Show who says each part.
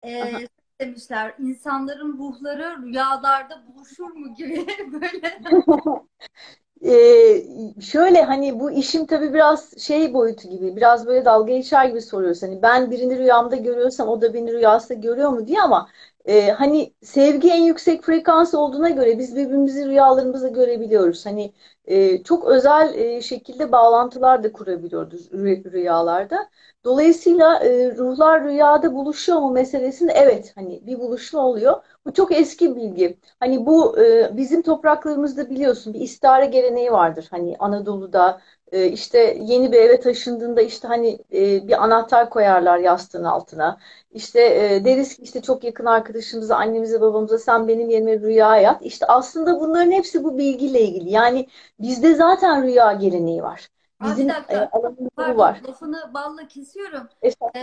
Speaker 1: Aha.
Speaker 2: demişler, insanların ruhları rüyalarda buluşur mu gibi böyle.
Speaker 1: Şöyle hani bu işim tabii biraz şey boyutu gibi, biraz böyle dalga geçer gibi soruyorsun. Hani ben birini rüyamda görüyorsam o da beni rüyasında görüyor mu diye, ama hani sevgi en yüksek frekans olduğuna göre biz birbirimizi rüyalarımızda görebiliyoruz. Hani çok özel şekilde bağlantılar da kurabiliyoruz rüyalarda. Dolayısıyla ruhlar rüyada buluşuyor mu meselesinde, evet, hani bir buluşma oluyor. Bu çok eski bilgi. Hani bu bizim topraklarımızda biliyorsun bir istare geleneği vardır. Hani Anadolu'da işte yeni bir eve taşındığında işte hani bir anahtar koyarlar yastığın altına. İşte deriz ki işte çok yakın arkadaşımıza, annemize, babamıza sen benim yerime rüya yat. İşte aslında bunların hepsi bu bilgiyle ilgili. Yani bizde zaten rüya geleneği var.
Speaker 2: Bir
Speaker 1: Bizim
Speaker 2: dakika,
Speaker 1: alanımızda bu
Speaker 2: pardon,
Speaker 1: var.
Speaker 2: lafını balla kesiyorum.